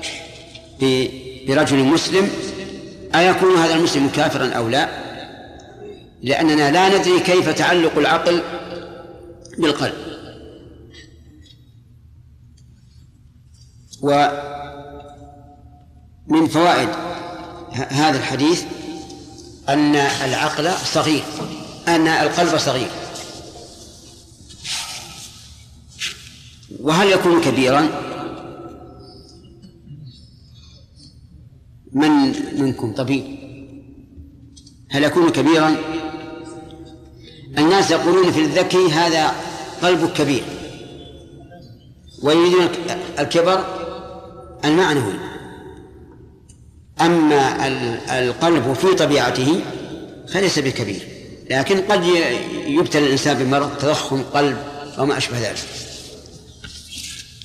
برجل مسلم أيكون هذا المسلم كافرا أو لا، لأننا لا ندري كيف تعلق العقل بالقلب. ومن فوائد هذا الحديث أن العقل صغير، أن القلب صغير. وهل يكون كبيرا؟ من منكم طبيب؟ هل يكون كبيرا؟ الناس يقولون في الذكي: هذا قلبك كبير، ويريدون الكبر المعنوي. أما القلب في طبيعته فليس بكبير، لكن قد يبتلى الإنسان بمرض تضخم قلب أو ما أشبه ذلك.